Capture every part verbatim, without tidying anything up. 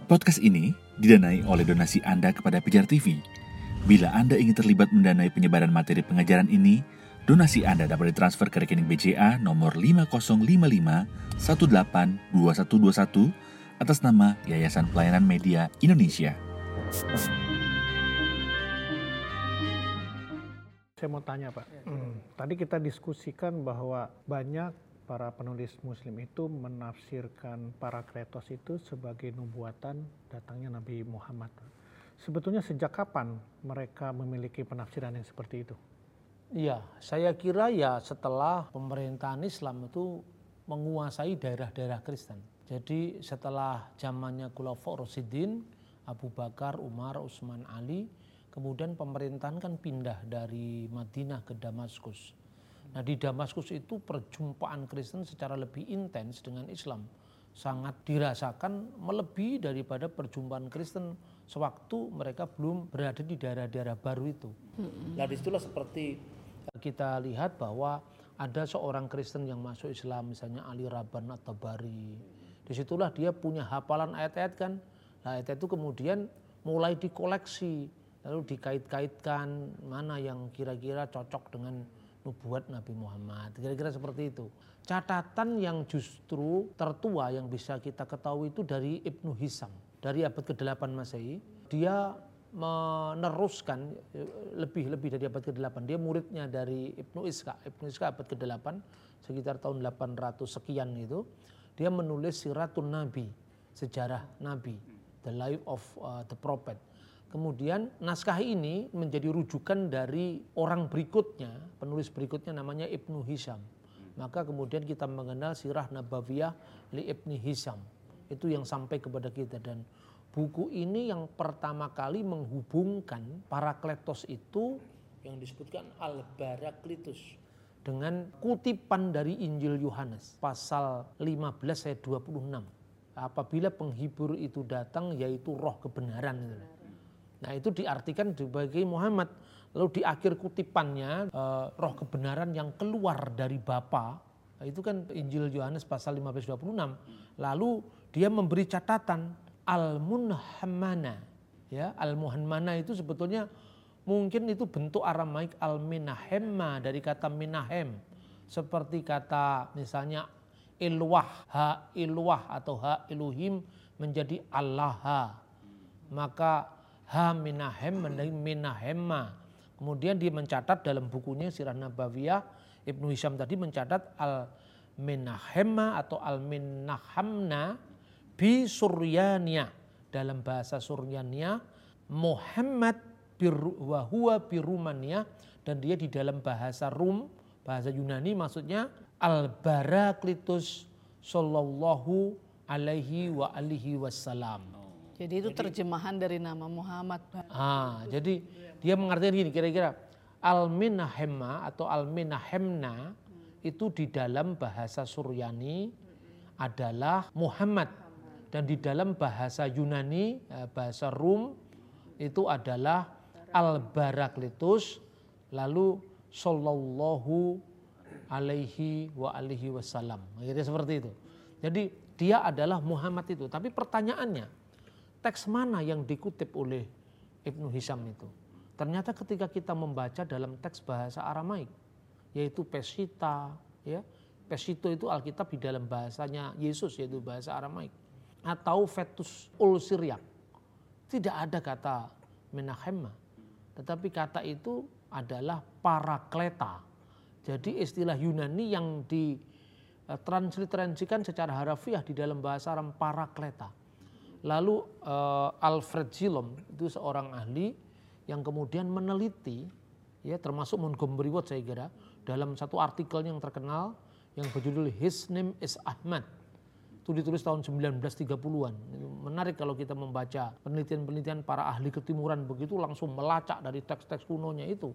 Podcast ini didanai oleh donasi Anda kepada Pijar T V. Bila Anda ingin terlibat mendanai penyebaran materi pengajaran ini, donasi Anda dapat ditransfer ke rekening B C A nomor lima nol lima lima satu delapan dua satu dua satu atas nama Yayasan Pelayanan Media Indonesia. Saya mau tanya Pak, hmm, tadi kita diskusikan bahwa banyak para penulis muslim itu menafsirkan Parakletos itu sebagai nubuatan datangnya Nabi Muhammad. Sebetulnya sejak kapan mereka memiliki penafsiran yang seperti itu? Iya, saya kira ya setelah pemerintahan Islam itu menguasai daerah-daerah Kristen. Jadi setelah zamannya Khulafaur Rasyidin, Abu Bakar, Umar, Utsman, Ali, kemudian pemerintahan kan pindah dari Madinah ke Damaskus. Nah di Damaskus itu perjumpaan Kristen secara lebih intens dengan Islam sangat dirasakan melebihi daripada perjumpaan Kristen sewaktu mereka belum berada di daerah-daerah baru itu. Nah disitulah seperti kita lihat bahwa ada seorang Kristen yang masuk Islam, misalnya Ali Rabban At-Tabari. Disitulah dia punya hafalan ayat-ayat kan. Nah ayat itu kemudian mulai dikoleksi, lalu dikait-kaitkan mana yang kira-kira cocok dengan nubuat Nabi Muhammad, kira-kira seperti itu. Catatan yang justru tertua yang bisa kita ketahui itu dari Ibnu Hisham, dari abad kedelapan Masehi. Dia meneruskan lebih-lebih dari abad kedelapan. Dia muridnya dari Ibnu Ishaq. Ibnu Ishaq abad kedelapan, sekitar tahun delapan ratus sekian itu. Dia menulis Siratun Nabi, sejarah Nabi, the life of uh, the prophet. Kemudian naskah ini menjadi rujukan dari orang berikutnya, penulis berikutnya namanya Ibnu Hisham. Maka kemudian kita mengenal Sirah Nabawiyah li Ibnu Hisham. Itu yang sampai kepada kita, dan buku ini yang pertama kali menghubungkan Parakletos itu yang disebutkan Al-Baraklitus dengan kutipan dari Injil Yohanes pasal lima belas ayat dua puluh enam. Apabila penghibur itu datang yaitu roh kebenaran itu. Nah itu diartikan sebagai Muhammad. Lalu di akhir kutipannya eh, roh kebenaran yang keluar dari Bapa. Nah, itu kan Injil Yohanes pasal lima belas dua puluh enam. Lalu dia memberi catatan Al-Munhammana. Ya, Al-Munhammana itu sebetulnya mungkin itu bentuk Aramaik Al-Minahemma dari kata Minahem. Seperti kata misalnya Ilwah, Ha Ilwah atau Ha Iluhim menjadi Allah. Maka Ha minahem menjadi minahemma. Kemudian dia mencatat dalam bukunya Sirah Nabawiyah, Ibnu Hisham tadi mencatat al minahemma atau al minahamna bi Suryania. Dalam bahasa Suryania Muhammad wa huwa bi Rumania, dan dia di dalam bahasa Rum, bahasa Yunani maksudnya al Baraklitus sallallahu alaihi wa alihi wassalam. Jadi itu jadi, terjemahan dari nama Muhammad. Ah, jadi dia mengartikan gini kira-kira Al-Minahemma atau Al-Minahemna hmm. itu di dalam bahasa Suryani hmm. adalah Muhammad, dan di dalam bahasa Yunani, bahasa Rum itu adalah Al-Baraklitus, lalu sallallahu alaihi wa alihi wassalam. Jadi seperti itu. Jadi dia adalah Muhammad itu. Tapi pertanyaannya, teks mana yang dikutip oleh Ibnu Hisham itu? Ternyata ketika kita membaca dalam teks bahasa Aramaik, yaitu Peshitta, ya, Peshitta itu Alkitab di dalam bahasanya Yesus, yaitu bahasa Aramaik, atau Fetus ul Siryak, tidak ada kata Menahemma, tetapi kata itu adalah Parakleta. Jadi istilah Yunani yang ditransliterasikan secara harafiah di dalam bahasa Aram Parakleta. Lalu uh, Alfred Zilom itu seorang ahli yang kemudian meneliti, ya termasuk Montgomery Ward saya kira, dalam satu artikelnya yang terkenal yang berjudul His Name is Ahmad. Itu ditulis tahun sembilan belas tiga puluhan. Menarik kalau kita membaca penelitian-penelitian para ahli ketimuran begitu, langsung melacak dari teks-teks kunonya itu.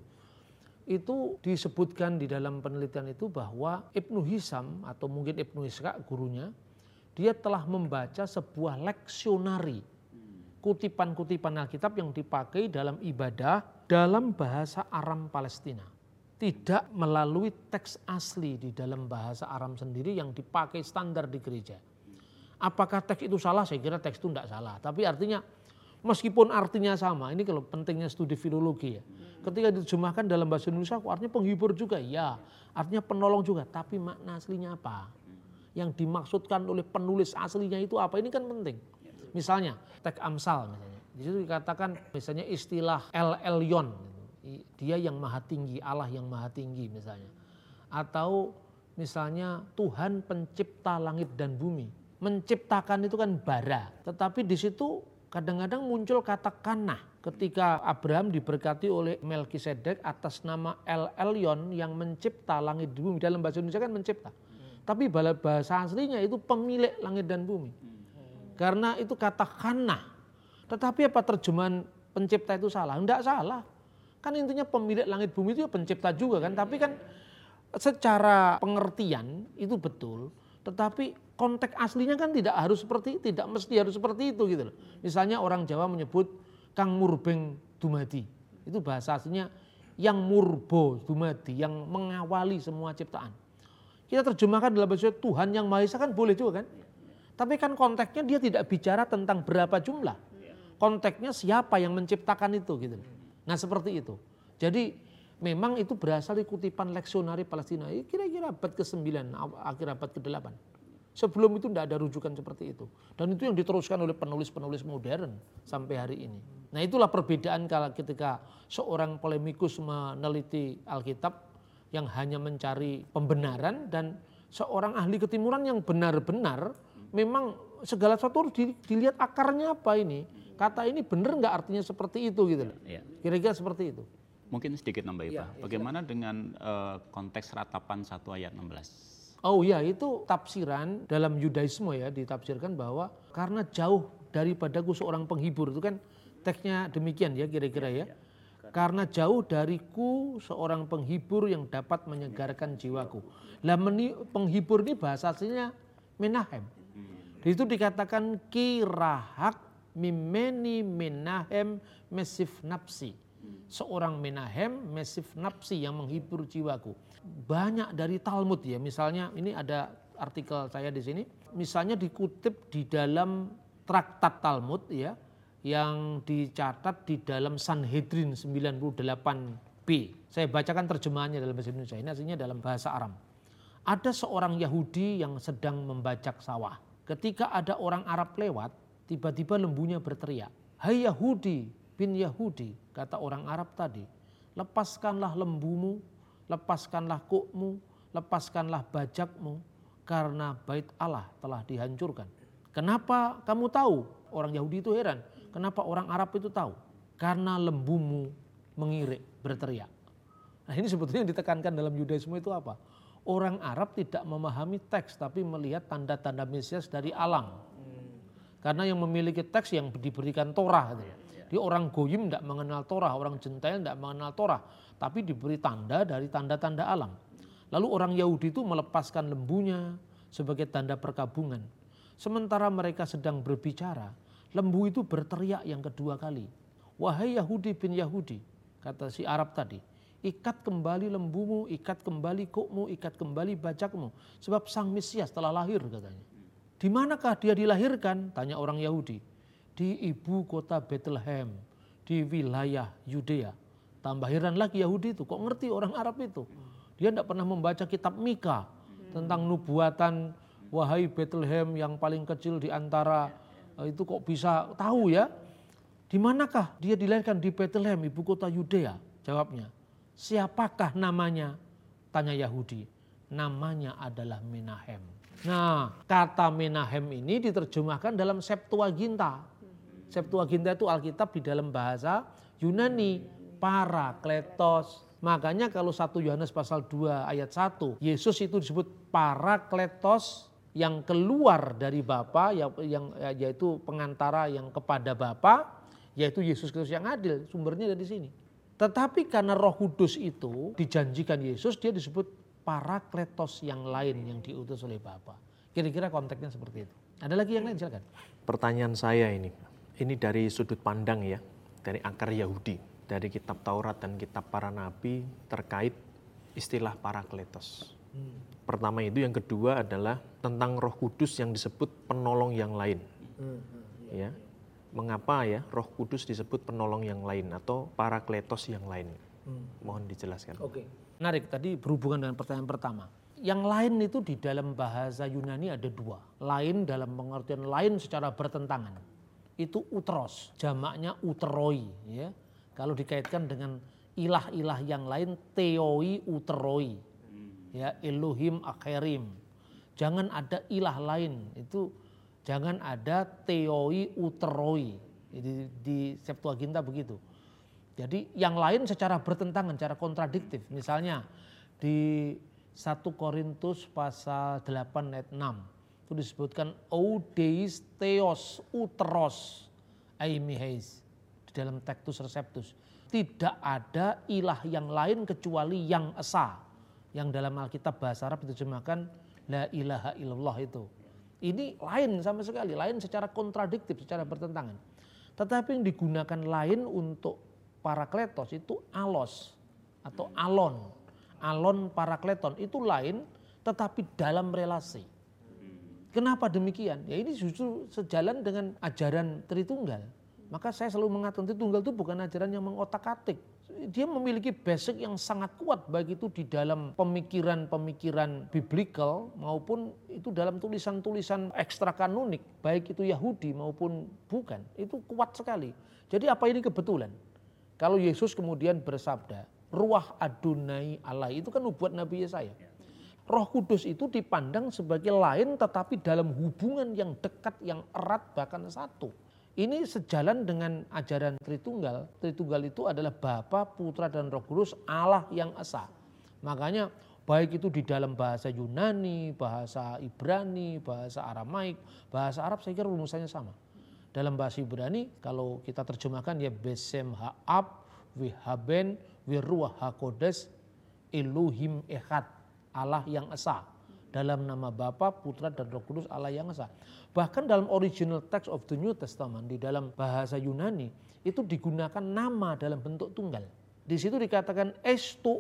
Itu disebutkan di dalam penelitian itu bahwa Ibnu Hisham atau mungkin Ibnu Ishaq gurunya, dia telah membaca sebuah leksionari, kutipan-kutipan Alkitab yang dipakai dalam ibadah dalam bahasa Aram Palestina. Tidak melalui teks asli di dalam bahasa Aram sendiri yang dipakai standar di gereja. Apakah teks itu salah? Saya kira teks itu tidak salah. Tapi artinya meskipun artinya sama, ini kalau pentingnya studi filologi ya. Ketika diterjemahkan dalam bahasa Indonesia, artinya penghibur juga, ya. Artinya penolong juga. Tapi makna aslinya apa? Yang dimaksudkan oleh penulis aslinya itu apa? Ini kan penting. Misalnya teks Amsal misalnya. Di situ dikatakan misalnya istilah El Elyon. Dia yang maha tinggi, Allah yang maha tinggi misalnya. Atau misalnya Tuhan pencipta langit dan bumi. Menciptakan itu kan bara. Tetapi di situ kadang-kadang muncul kata kanah. Ketika Abraham diberkati oleh Melkisedek atas nama El Elyon yang mencipta langit dan bumi. Dalam bahasa Indonesia kan mencipta. Hmm. Tapi bahasa aslinya itu pemilik langit dan bumi. Hmm. Karena itu kata kanah. Tetapi apa terjemahan pencipta itu salah? Enggak salah. Kan intinya pemilik langit bumi itu ya pencipta juga kan. Tapi kan secara pengertian itu betul. Tetapi konteks aslinya kan tidak harus seperti, tidak mesti harus seperti itu gitu loh. Misalnya orang Jawa menyebut Kang Murbeng Dumadi. Itu bahasa aslinya yang murbo dumadi, yang mengawali semua ciptaan. Kita terjemahkan dalam bahasa Tuhan yang Maha Esa kan boleh juga kan. Tapi kan konteksnya dia tidak bicara tentang berapa jumlah. Konteksnya siapa yang menciptakan itu gitu. Nah seperti itu. Jadi memang itu berasal dari kutipan leksionari Palestina. Kira-kira abad kesembilan, akhir abad kedelapan. Sebelum itu tidak ada rujukan seperti itu. Dan itu yang diteruskan oleh penulis-penulis modern sampai hari ini. Nah itulah perbedaan kalau ketika seorang polemikus meneliti Alkitab yang hanya mencari pembenaran dan seorang ahli ketimuran yang benar-benar memang segala sesuatu harus dilihat akarnya apa ini. Kata ini benar nggak artinya seperti itu gitu loh. Ya. Kira-kira seperti itu. Mungkin sedikit nambah ya, Pak. Bagaimana ya, dengan uh, konteks ratapan satu ayat enam belas? Oh ya, itu tafsiran dalam Yudaisme ya, ditafsirkan bahwa karena jauh daripadaku seorang penghibur, itu kan teksnya demikian ya kira-kira ya. Karena jauh dariku seorang penghibur yang dapat menyegarkan jiwaku. Lah penghibur ini bahasa aslinya Menahem. Itu dikatakan kirahak mimeni Menahem mesif nafsi. Seorang Menahem mesif nafsi yang menghibur jiwaku. Banyak dari Talmud ya, misalnya ini ada artikel saya di sini, misalnya dikutip di dalam traktat Talmud ya, yang dicatat di dalam Sanhedrin sembilan puluh delapan b. Saya bacakan terjemahannya dalam bahasa Indonesia, ini aslinya dalam bahasa Aram. Ada seorang Yahudi yang sedang membajak sawah. Ketika ada orang Arab lewat, tiba-tiba lembunya berteriak, "Hai Yahudi bin Yahudi," kata orang Arab tadi, "lepaskanlah lembumu, lepaskanlah kukmu, lepaskanlah bajakmu, karena bait Allah telah dihancurkan." Kenapa kamu tahu? Orang Yahudi itu heran. Kenapa orang Arab itu tahu? Karena lembumu mengirik, berteriak. Nah ini sebetulnya yang ditekankan dalam Yudaisme itu apa? Orang Arab tidak memahami teks tapi melihat tanda-tanda Mesias dari alam. Karena yang memiliki teks yang diberikan Torah. Gitu. Jadi orang Goyim tidak mengenal Torah, orang Gentile tidak mengenal Torah. Tapi diberi tanda dari tanda-tanda alam. Lalu orang Yahudi itu melepaskan lembunya sebagai tanda perkabungan. Sementara mereka sedang berbicara, lembu itu berteriak yang kedua kali. "Wahai Yahudi bin Yahudi," kata si Arab tadi, "ikat kembali lembumu, ikat kembali kukmu, ikat kembali bajakmu. Sebab sang Mesias telah lahir," katanya. "Di manakah dia dilahirkan?" tanya orang Yahudi. "Di ibu kota Bethlehem, di wilayah Yudea." Tambah heran lagi Yahudi itu, kok ngerti orang Arab itu. Dia tidak pernah membaca kitab Mika tentang nubuatan, "Wahai Bethlehem yang paling kecil di antara," itu kok bisa tahu ya. "Di manakah dia dilahirkan?" "Di Bethlehem, ibu kota Yudea," jawabnya. "Siapakah namanya?" tanya Yahudi. "Namanya adalah Menahem." Nah, kata Menahem ini diterjemahkan dalam Septuaginta. Septuaginta itu Alkitab di dalam bahasa Yunani, Parakletos. Makanya kalau satu Yohanes pasal dua ayat satu, Yesus itu disebut Parakletos yang keluar dari Bapa, yang yaitu pengantara yang kepada Bapa, yaitu Yesus Kristus yang adil. Sumbernya dari sini. Tetapi karena Roh Kudus itu dijanjikan Yesus, dia disebut Parakletos yang lain yang diutus oleh Bapa. Kira-kira konteksnya seperti itu. Ada lagi yang lain, silakan. Pertanyaan saya ini, ini dari sudut pandang ya, dari akar Yahudi, dari kitab Taurat dan kitab para nabi terkait istilah Parakletos. Hmm. Pertama itu, yang kedua adalah tentang Roh Kudus yang disebut penolong yang lain. Hmm. Ya, mengapa ya Roh Kudus disebut penolong yang lain atau parakletos yang lain? Hmm. Mohon dijelaskan. Oke. Menarik, tadi berhubungan dengan pertanyaan pertama. Yang lain itu di dalam bahasa Yunani ada dua. Lain dalam pengertian lain secara bertentangan. Itu uteros, jamaknya uteroi. Ya. Kalau dikaitkan dengan ilah-ilah yang lain, theoi uteroi. Ya, Elohim akherim. Jangan ada ilah lain, itu jangan ada theoi uteroi. Di, di Septuaginta begitu. Jadi yang lain secara bertentangan, secara kontradiktif. Misalnya di satu Korintus pasal delapan ayat enam itu disebutkan oudeis theos uteros aimiheis di dalam Textus Receptus. Tidak ada ilah yang lain kecuali yang esa, yang dalam Alkitab bahasa Arab diterjemahkan la ilaha illallah itu. Ini lain sama sekali, lain secara kontradiktif, secara bertentangan. Tetapi yang digunakan lain untuk parakletos itu alos atau alon. Alon parakleton itu lain tetapi dalam relasi. Kenapa demikian? Ya ini justru sejalan dengan ajaran Tritunggal. Maka saya selalu mengatakan Tritunggal itu bukan ajaran yang mengotak-atik. Dia memiliki basic yang sangat kuat baik itu di dalam pemikiran-pemikiran biblical maupun itu dalam tulisan-tulisan ekstra kanonik, baik itu Yahudi maupun bukan. Itu kuat sekali. Jadi apa ini kebetulan? Kalau Yesus kemudian bersabda, Ruach Adonai Allah, itu kan nubuat Nabi Yesaya. Roh Kudus itu dipandang sebagai lain tetapi dalam hubungan yang dekat, yang erat, bahkan satu. Ini sejalan dengan ajaran Tritunggal. Tritunggal itu adalah Bapa, Putra, dan Roh Kudus, Allah yang esa. Makanya baik itu di dalam bahasa Yunani, bahasa Ibrani, bahasa Aramaik, bahasa Arab saya kira rumusannya sama. Dalam bahasa Ibrani kalau kita terjemahkan ya Besem Ha'ab, Wihaben, Wiruah HaKodes, Elohim Echad, Allah yang esa. Dalam nama Bapa, Putra, dan Roh Kudus, Allah yang esa. Bahkan dalam original text of the New Testament, di dalam bahasa Yunani, itu digunakan nama dalam bentuk tunggal. Di situ dikatakan esto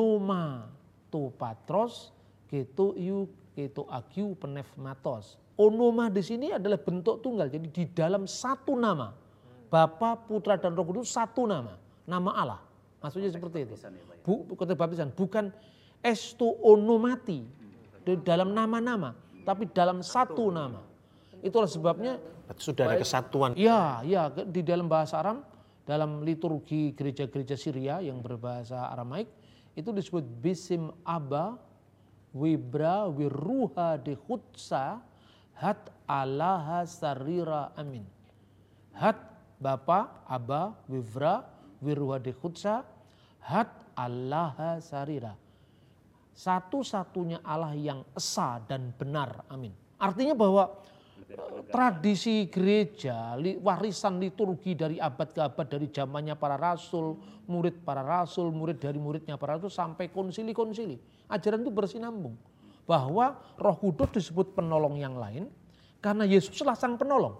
onoma to patros, keto iu, keto agiu penefmatos. Onoma di sini adalah bentuk tunggal, jadi di dalam satu nama. Bapa, Putra, dan Roh Kudus satu nama, nama Allah. Maksudnya seperti itu. Bu, baptisan, bukan esto onomati. Dalam nama-nama, tapi dalam satu nama. Itulah sebabnya sudah ada kesatuan. Ya, ya di dalam bahasa Aram, dalam liturgi gereja-gereja Syria yang berbahasa Aramaik itu disebut bisim Aba, Wibra, Wiruha dehutsa, Hat Alaha Sarira Amin. Hat Bapa, Aba, Wibra, Wiruha dehutsa, Hat Alaha Sarira. Satu-satunya Allah yang esa dan benar, amin. Artinya bahwa tradisi gereja, warisan liturgi dari abad ke abad, dari zamannya para rasul, murid para rasul, murid dari muridnya para rasul, sampai konsili-konsili. Ajaran itu bersinambung. Bahwa Roh Kudus disebut penolong yang lain, karena Yesuslah sang penolong.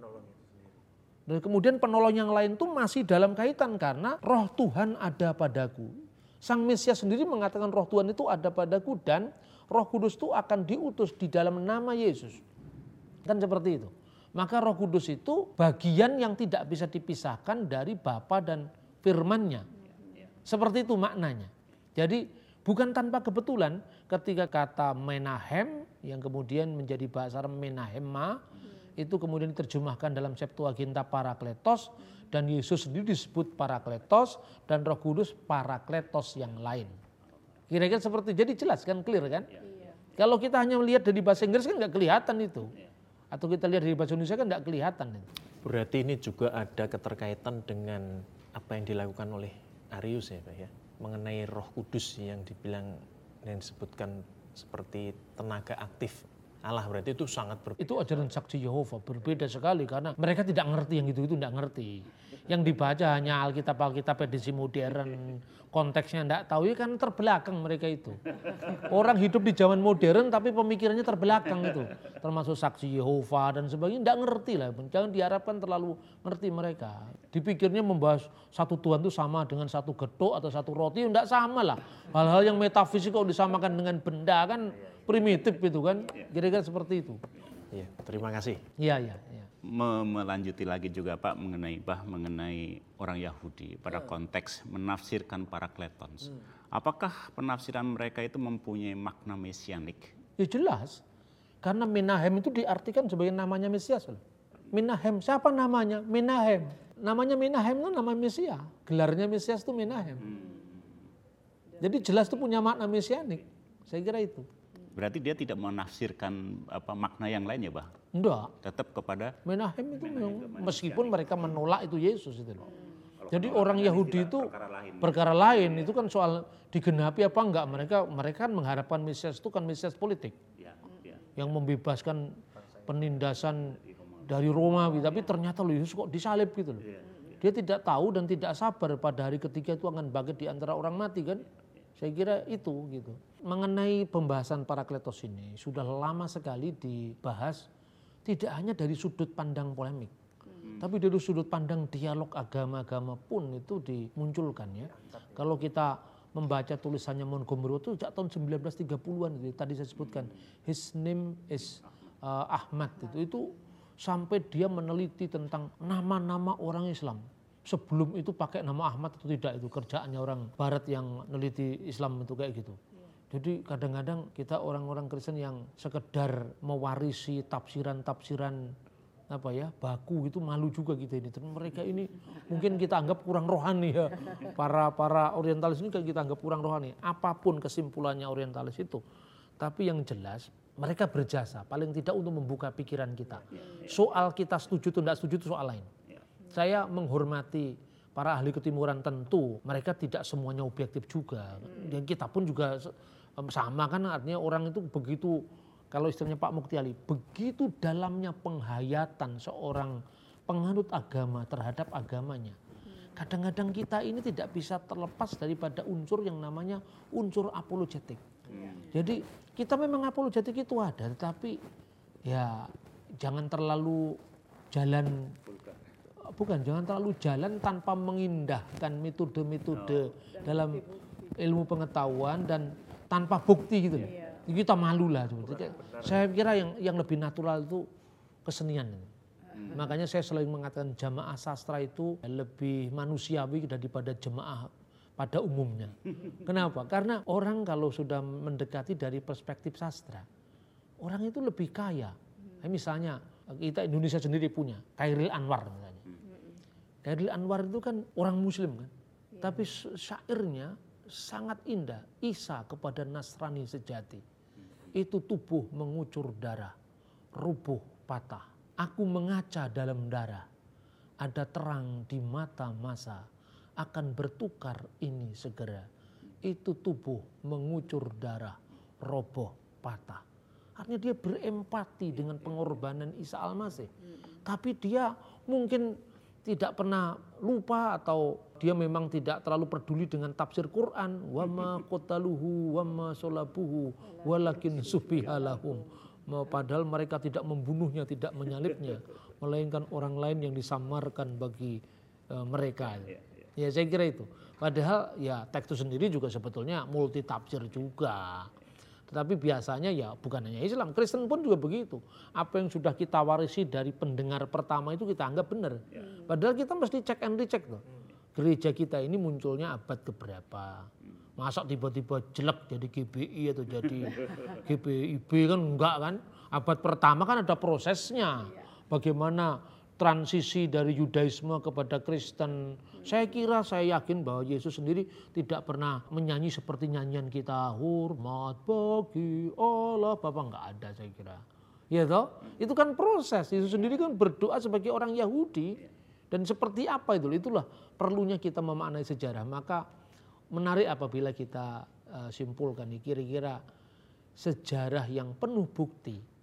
Dan kemudian penolong yang lain itu masih dalam kaitan karena Roh Tuhan ada padaku. Sang Mesias sendiri mengatakan Roh Tuhan itu ada padaku dan Roh Kudus itu akan diutus di dalam nama Yesus. Kan seperti itu. Maka Roh Kudus itu bagian yang tidak bisa dipisahkan dari Bapa dan firman-Nya. Seperti itu maknanya. Jadi bukan tanpa kebetulan ketika kata Menahem yang kemudian menjadi bahasa Arab Menahema itu kemudian diterjemahkan dalam Septuaginta Parakletos. Dan Yesus sendiri disebut Parakletos dan Roh Kudus Parakletos yang lain. Kira-kira seperti jadi jelas kan, clear kan? Iya. Kalau kita hanya melihat dari bahasa Inggris kan nggak kelihatan itu. Atau kita lihat dari bahasa Indonesia kan nggak kelihatan itu. Berarti ini juga ada keterkaitan dengan apa yang dilakukan oleh Arius ya Pak ya. Mengenai Roh Kudus yang dibilang yang disebutkan seperti tenaga aktif Allah, berarti itu sangat berbeda. Itu ajaran saksi Yehova berbeda sekali karena mereka tidak ngerti yang itu-itu tidak ngerti. Yang dibaca hanya Alkitab-Alkitab edisi modern, konteksnya tidak tahu, ya kan terbelakang mereka itu. Orang hidup di zaman modern tapi pemikirannya terbelakang itu. Termasuk saksi Yehova dan sebagainya, tidak ngerti lah. Jangan diharapkan terlalu ngerti mereka. Dipikirnya membahas satu Tuhan itu sama dengan satu getuk atau satu roti, tidak sama lah. Hal-hal yang metafisik kalau disamakan dengan benda kan primitif itu kan, kira-kira seperti itu. Ya, terima kasih. Iya, iya. Ya. Melanjuti lagi juga Pak mengenai bah mengenai orang Yahudi pada konteks menafsirkan Parakletos. Apakah penafsiran mereka itu mempunyai makna mesianik? Ya jelas, karena Menahem itu diartikan sebagai namanya Mesias. Menahem, siapa namanya? Menahem. Namanya Menahem itu nama Mesias. Gelarnya Mesias itu Menahem. Jadi jelas itu punya makna mesianik. Saya kira itu. Berarti dia tidak menafsirkan apa makna yang lain ya, Bah? Enggak. Tetap kepada Menahem itu memang, meskipun mereka menolak itu Yesus itu loh. Jadi orang Yahudi itu perkara lain. perkara lain itu kan soal digenapi apa enggak. Mereka mereka kan mengharapkan Mesias itu kan Mesias politik. ya, ya. Yang membebaskan penindasan dari Romawi, tapi ternyata loh Yesus kok disalib gitu loh. Dia tidak tahu dan tidak sabar pada hari ketiga itu akan bangkit di antara orang mati kan. Saya kira itu gitu. Mengenai pembahasan Parakletos ini sudah lama sekali dibahas, tidak hanya dari sudut pandang polemik, hmm. tapi dari sudut pandang dialog agama-agama pun itu dimunculkan ya. Kalau kita membaca tulisannya Montgomery itu sejak tahun sembilan belas tiga puluhan itu tadi saya sebutkan, his name is uh, Ahmad itu itu sampai dia meneliti tentang nama-nama orang Islam. Sebelum itu pakai nama Ahmad atau tidak, itu kerjaannya orang Barat yang neliti Islam itu kayak gitu. Jadi kadang-kadang kita orang-orang Kristen yang sekedar mewarisi tafsiran-tafsiran apa ya baku gitu malu juga kita ini. Mereka ini mungkin kita anggap kurang rohani ya. Para para orientalis ini kita anggap kurang rohani. Apapun kesimpulannya orientalis itu, tapi yang jelas mereka berjasa paling tidak untuk membuka pikiran kita. Soal kita setuju atau tidak setuju itu soal lain. Saya menghormati para ahli ketimuran tentu, mereka tidak semuanya objektif juga. Dan kita pun juga sama kan, artinya orang itu begitu, kalau istilahnya Pak Mukti Ali, begitu dalamnya penghayatan seorang penganut agama terhadap agamanya. Kadang-kadang kita ini tidak bisa terlepas daripada unsur yang namanya unsur apologetik. Jadi kita memang apologetik itu ada, tetapi ya jangan terlalu jalan Bukan, jangan terlalu jalan tanpa mengindahkan metode-metode oh, dalam ilmu pengetahuan dan tanpa bukti gitu loh. Yeah. Kita malu lah. Saya kira yang yang lebih natural itu kesenian. Hmm. Makanya saya selalu mengatakan jamaah sastra itu lebih manusiawi daripada jemaah pada umumnya. Kenapa? Karena orang kalau sudah mendekati dari perspektif sastra, orang itu lebih kaya. Hmm. Misalnya kita Indonesia sendiri punya Khairil Anwar misalnya. Khairil Anwar itu kan orang Muslim kan, ya. Tapi syairnya sangat indah. Isa kepada Nasrani sejati, itu tubuh mengucur darah, rubuh patah. Aku mengaca dalam darah, ada terang di mata masa, akan bertukar ini segera. Itu tubuh mengucur darah, roboh patah. Artinya dia berempati dengan pengorbanan Isa Al-Masih, tapi dia mungkin tidak pernah lupa atau dia memang tidak terlalu peduli dengan tafsir Quran. Wa ma qataluhu wa ma salabuhu walakin subiha lahum. Padahal mereka tidak membunuhnya, tidak menyalibnya, melainkan orang lain yang disamarkan bagi uh, mereka. Ya saya kira itu. Padahal ya teks itu sendiri juga sebetulnya multi tafsir juga. Tetapi biasanya ya bukan hanya Islam, Kristen pun juga begitu. Apa yang sudah kita warisi dari pendengar pertama itu kita anggap benar. Ya. Padahal kita mesti cek and recheck loh. Gereja kita ini munculnya abad keberapa? Masa tiba-tiba jelek jadi G B I atau jadi G B I B kan enggak kan? Abad pertama kan ada prosesnya. Bagaimana transisi dari Yudaisme kepada Kristen. Saya kira, saya yakin bahwa Yesus sendiri tidak pernah menyanyi seperti nyanyian kita. Hormat bagi Allah Bapa, enggak ada saya kira. Ya toh? Itu kan proses. Yesus sendiri kan berdoa sebagai orang Yahudi. Dan seperti apa itu? Itulah perlunya kita memaknai sejarah. Maka menarik apabila kita uh, simpulkan nih kira-kira sejarah yang penuh bukti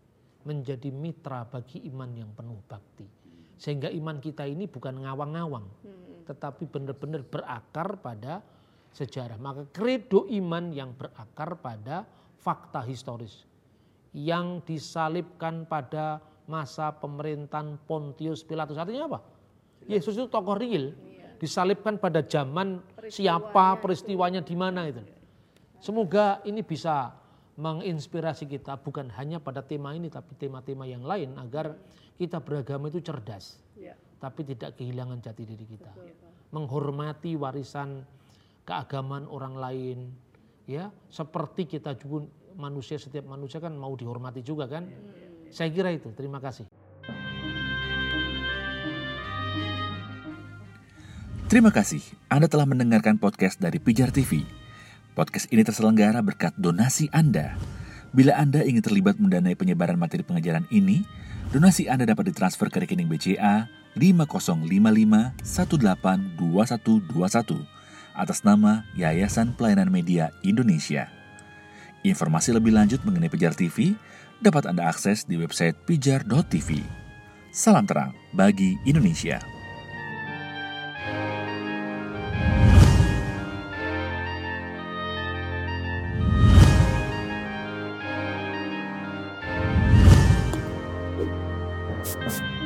menjadi mitra bagi iman yang penuh bakti. Sehingga iman kita ini bukan ngawang-ngawang, tetapi benar-benar berakar pada sejarah. Maka kredo iman yang berakar pada fakta historis yang disalibkan pada masa pemerintahan Pontius Pilatus. Artinya apa? Yesus itu tokoh real, disalibkan pada zaman siapa, peristiwanya di mana itu. Semoga ini bisa menginspirasi kita bukan hanya pada tema ini tapi tema-tema yang lain agar kita beragama itu cerdas, tapi tidak kehilangan jati diri kita. Menghormati warisan keagamaan orang lain, ya seperti kita juga manusia, setiap manusia kan mau dihormati juga kan. Saya kira itu. Terima kasih. Terima kasih Anda telah mendengarkan podcast dari Pijar T V. Podcast ini terselenggara berkat donasi Anda. Bila Anda ingin terlibat mendanai penyebaran materi pengajaran ini, donasi Anda dapat ditransfer ke rekening B C A lima nol lima lima satu delapan dua satu dua satu atas nama Yayasan Pelayanan Media Indonesia. Informasi lebih lanjut mengenai Pijar T V dapat Anda akses di website pijar dot t v. Salam terang bagi Indonesia. Bye.